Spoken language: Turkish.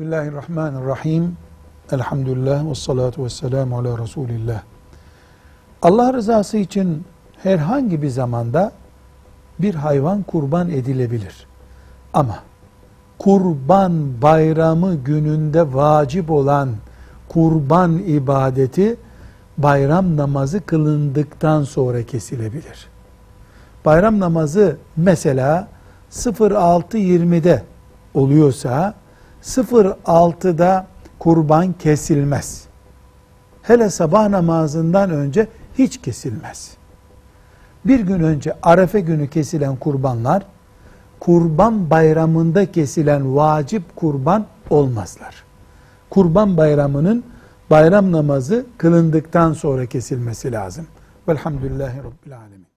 Bismillahirrahmanirrahim. Elhamdülillah ve salatu ve selamu ala Resulillah. Allah rızası için herhangi bir zamanda bir hayvan kurban edilebilir. Ama kurban bayramı gününde vacip olan kurban ibadeti bayram namazı kılındıktan sonra kesilebilir. Bayram namazı mesela 06.20'de oluyorsa 06'da kurban kesilmez. Hele sabah namazından önce hiç kesilmez. Bir gün önce Arefe günü kesilen kurbanlar, kurban bayramında kesilen vacip kurban olmazlar. Kurban bayramının bayram namazı kılındıktan sonra kesilmesi lazım. Velhamdülillahi Rabbil Alemin.